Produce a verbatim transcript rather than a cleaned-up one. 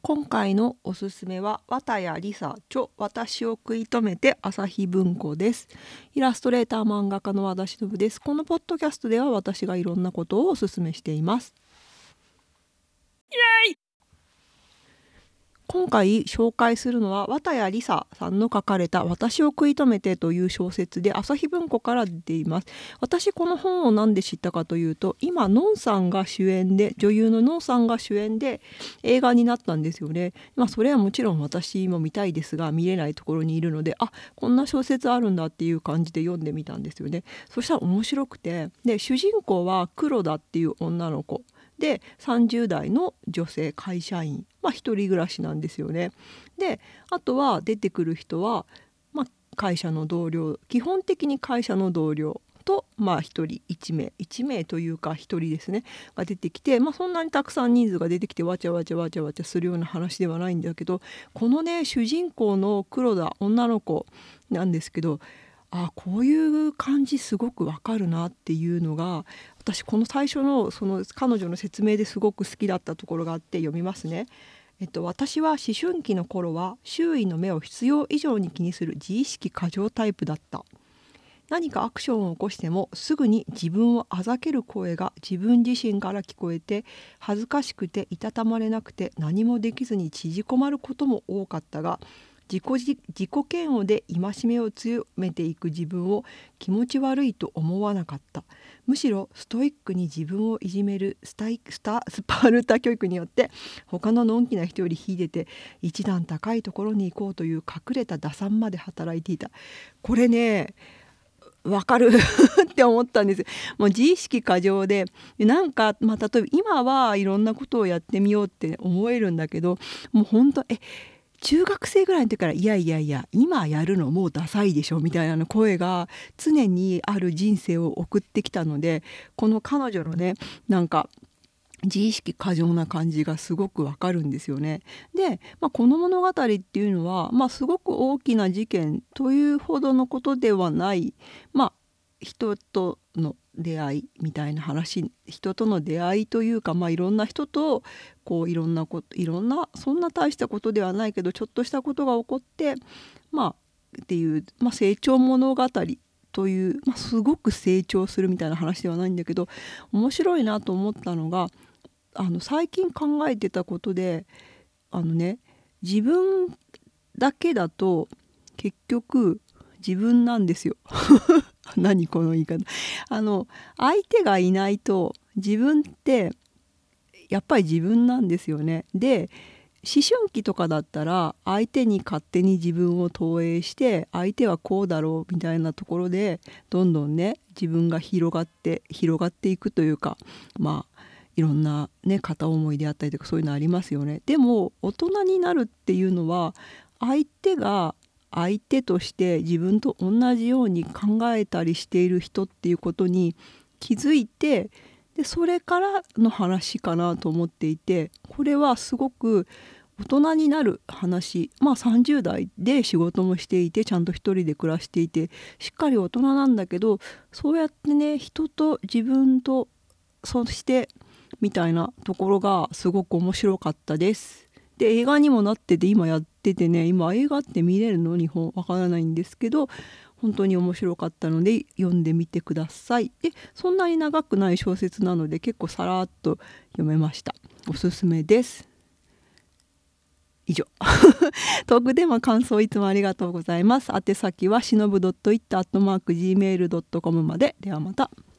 今回のおすすめは綿谷りさ著私を食い止めて朝日文庫です。イラストレーター漫画家の和田忍です。このポッドキャストでは私がいろんなことをおすすめしています。イエーイ。今回紹介するのは綿谷りささんの書かれた私を食い止めてという小説で朝日文庫から出ています。私この本を何で知ったかというと、今のんさんが主演で女優ののんさんが主演で映画になったんですよね。まあそれはもちろん私も見たいですが見れないところにいるので、あ、こんな小説あるんだっていう感じで読んでみたんですよね。そしたら面白くて、で主人公は黒田っていう女の子でさんじゅう代の女性会社員、まあ一人暮らしなんですよね。であとは出てくる人は、まあ、会社の同僚、基本的に会社の同僚と、まあ一人いち名いち名というか一人ですねが出てきて、まあ、そんなにたくさん人数が出てきてわちゃわちゃわちゃわちゃするような話ではないんだけど、このね主人公の黒田女の子なんですけど、あ、こういう感じすごくわかるなっていうのが、私この最初のその彼女の説明ですごく好きだったところがあって読みますね。えっと、私は思春期の頃は周囲の目を必要以上に気にする自意識過剰タイプだった。何かアクションを起こしてもすぐに自分をあざける声が自分自身から聞こえて、恥ずかしくていたたまれなくて何もできずに縮こまることも多かったが、自己自己嫌悪で戒めを強めていく自分を気持ち悪いと思わなかった。むしろストイックに自分をいじめるスタイスタスパルタ教育によって他ののんきな人より秀でて一段高いところに行こうという隠れた打算まで働いていた。これねわかるって思ったんです。もう自意識過剰で、なんか、まあ、例えば今はいろんなことをやってみようって思えるんだけど、もう本当え中学生ぐらいの時からいやいやいや今やるのもうダサいでしょみたいな声が常にある人生を送ってきたので、この彼女のねなんか自意識過剰な感じがすごくわかるんですよね。で、まあ、この物語っていうのは、まあ、すごく大きな事件というほどのことではない、まあ、人との出会いみたいな話、人との出会いというか、まあ、いろんな人とこういろんなこといろんなそんな大したことではないけどちょっとしたことが起こって、まあっていう、まあ、成長物語という、まあ、すごく成長するみたいな話ではないんだけど、面白いなと思ったのが、あの最近考えてたことで、あのね自分だけだと結局自分なんですよ何この言い方。あの相手がいないと自分ってやっぱり自分なんですよね。で思春期とかだったら相手に勝手に自分を投影して相手はこうだろうみたいなところでどんどんね自分が広がって広がっていくというか、まあいろんなね片思いであったりとかそういうのありますよね。でも大人になるっていうのは相手が相手として自分と同じように考えたりしている人っていうことに気づいて、でそれからの話かなと思っていて、これはすごく大人になる話、まあさんじゅう代で仕事もしていてちゃんと一人で暮らしていてしっかり大人なんだけど、そうやってね人と自分とそしてみたいなところがすごく面白かったです。で映画にもなってて今やっててね、今映画って見れるの日本わからないんですけど本当に面白かったので読んでみてください。でそんなに長くない小説なので結構さらっと読めました。おすすめです。以上トークでも感想いつもありがとうございます。宛先はしのぶ .it アットマーク ジーメール ドットコム まで。ではまた。